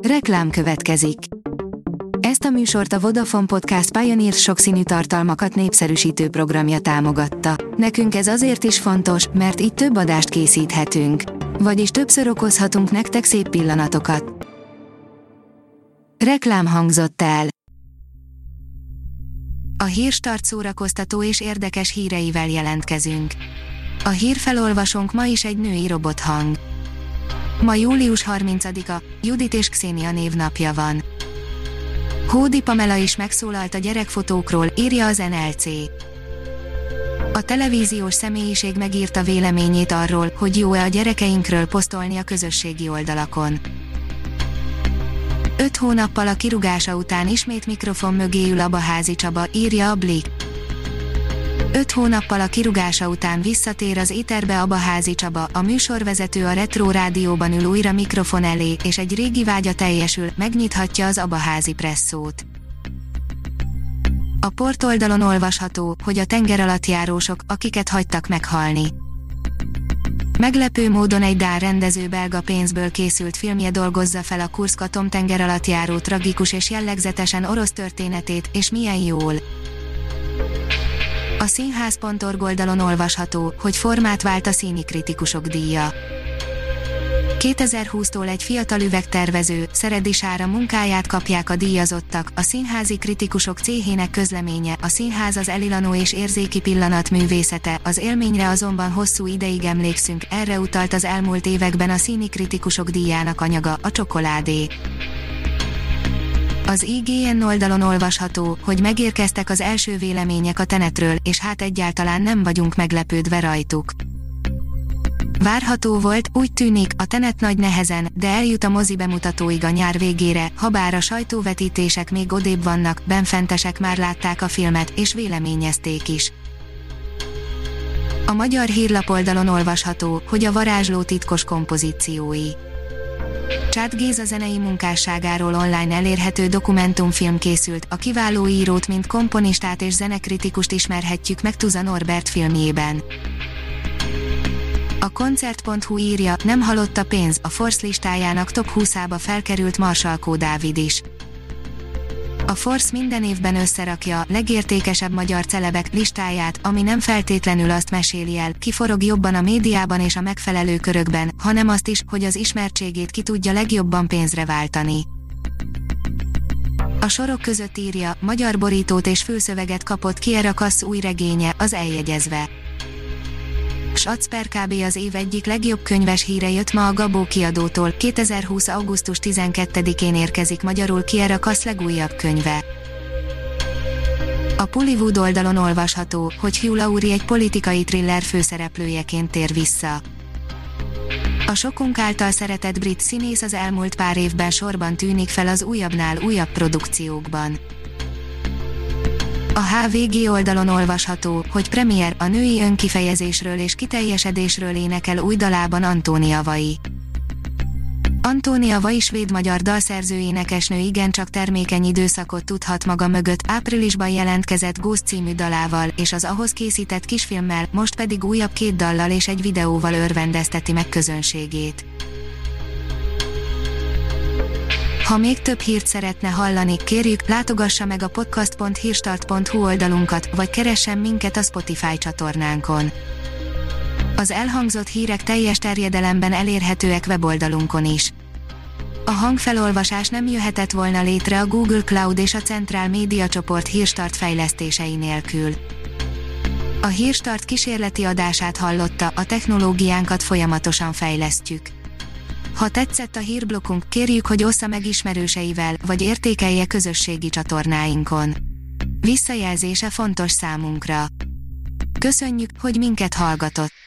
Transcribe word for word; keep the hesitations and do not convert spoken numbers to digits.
Reklám következik. Ezt a műsort a Vodafone Podcast Pioneer sokszínű tartalmakat népszerűsítő programja támogatta. Nekünk ez azért is fontos, mert így több adást készíthetünk. Vagyis többször okozhatunk nektek szép pillanatokat. Reklám hangzott el. A Hírstart szórakoztató és érdekes híreivel jelentkezünk. A hírfelolvasónk ma is egy női robothang. Ma július harmincadika, Judit és Xenia névnapja van. Hódi Pamela is megszólalt a gyerekfotókról, írja az en el cé. A televíziós személyiség megírta véleményét arról, hogy jó-e a gyerekeinkről posztolni a közösségi oldalakon. Öt hónappal a kirúgása után ismét mikrofon mögé ül Abaházi Csaba, írja a Blick. Öt hónappal a kirúgása után visszatér az éterbe Abaházi Csaba, a műsorvezető a Retro Rádióban ül újra mikrofon elé, és egy régi vágya teljesül, megnyithatja az Abaházi presszót. A portoldalon olvasható, hogy a tengeralattjárósok, akiket hagytak meghalni. Meglepő módon egy dán rendező belga pénzből készült filmje dolgozza fel a Kurszk atomtengeralattjáró tragikus és jellegzetesen orosz történetét, és milyen jól. A színház pont org oldalon olvasható, hogy formát vált a színi kritikusok díja. kétezer-húsztól egy fiatal üvegtervező, Szeredi Sára munkáját kapják a díjazottak, a színházi kritikusok céhének közleménye, a színház az elilanó és érzéki pillanat művészete, az élményre azonban hosszú ideig emlékszünk, erre utalt az elmúlt években a színi kritikusok díjának anyaga, a csokoládé. Az i gé en oldalon olvasható, hogy megérkeztek az első vélemények a Tenetről, és hát egyáltalán nem vagyunk meglepődve rajtuk. Várható volt, úgy tűnik, a Tenet nagy nehezen, de eljut a mozi bemutatóig a nyár végére, habár a sajtóvetítések még odébb vannak, benfentesek már látták a filmet, és véleményezték is. A Magyar Hírlap oldalon olvasható, hogy a varázsló titkos kompozíciói. Csát Géza zenei munkásságáról online elérhető dokumentumfilm készült, a kiváló írót mint komponistát és zenekritikust ismerhetjük meg Tuza Norbert filmjében. A koncert pont hu írja, nem halott a pénz, a Force listájának top húszába felkerült Marsalkó Dávid is. A Force minden évben összerakja legértékesebb magyar celebek listáját, ami nem feltétlenül azt meséli el, ki forog jobban a médiában és a megfelelő körökben, hanem azt is, hogy az ismertségét ki tudja legjobban pénzre váltani. A sorok között írja, magyar borítót és fülszöveget kapott Kiera Kass új regénye, az Eljegyezve. Sac per kb. Az év egyik legjobb könyves híre jött ma a Gabó kiadótól, kétezer-húsz. augusztus tizenkettedikén érkezik magyarul Kiera Kass legújabb könyve. A Pullywood oldalon olvasható, hogy Hugh Laurie egy politikai thriller főszereplőjeként tér vissza. A sokunk által szeretett brit színész az elmúlt pár évben sorban tűnik fel az újabbnál újabb produkciókban. A há vé gé oldalon olvasható, hogy premier, a női önkifejezésről és kiteljesedésről énekel új dalában Antónia Vai. Antónia Vai svéd-magyar dalszerző énekesnő igencsak termékeny időszakot tudhat maga mögött, áprilisban jelentkezett Ghost című dalával, és az ahhoz készített kisfilmmel, most pedig újabb két dallal és egy videóval örvendezteti meg közönségét. Ha még több hírt szeretne hallani, kérjük, látogassa meg a podcast pont hírstart pont hu oldalunkat, vagy keressen minket a Spotify csatornánkon. Az elhangzott hírek teljes terjedelemben elérhetőek weboldalunkon is. A hangfelolvasás nem jöhetett volna létre a Google Cloud és a Centrál Média Csoport Hírstart fejlesztései nélkül. A Hírstart kísérleti adását hallotta, a technológiánkat folyamatosan fejlesztjük. Ha tetszett a hírblokkunk, kérjük, hogy ossza meg ismerőseivel, vagy értékelje közösségi csatornáinkon. Visszajelzése fontos számunkra. Köszönjük, hogy minket hallgatott!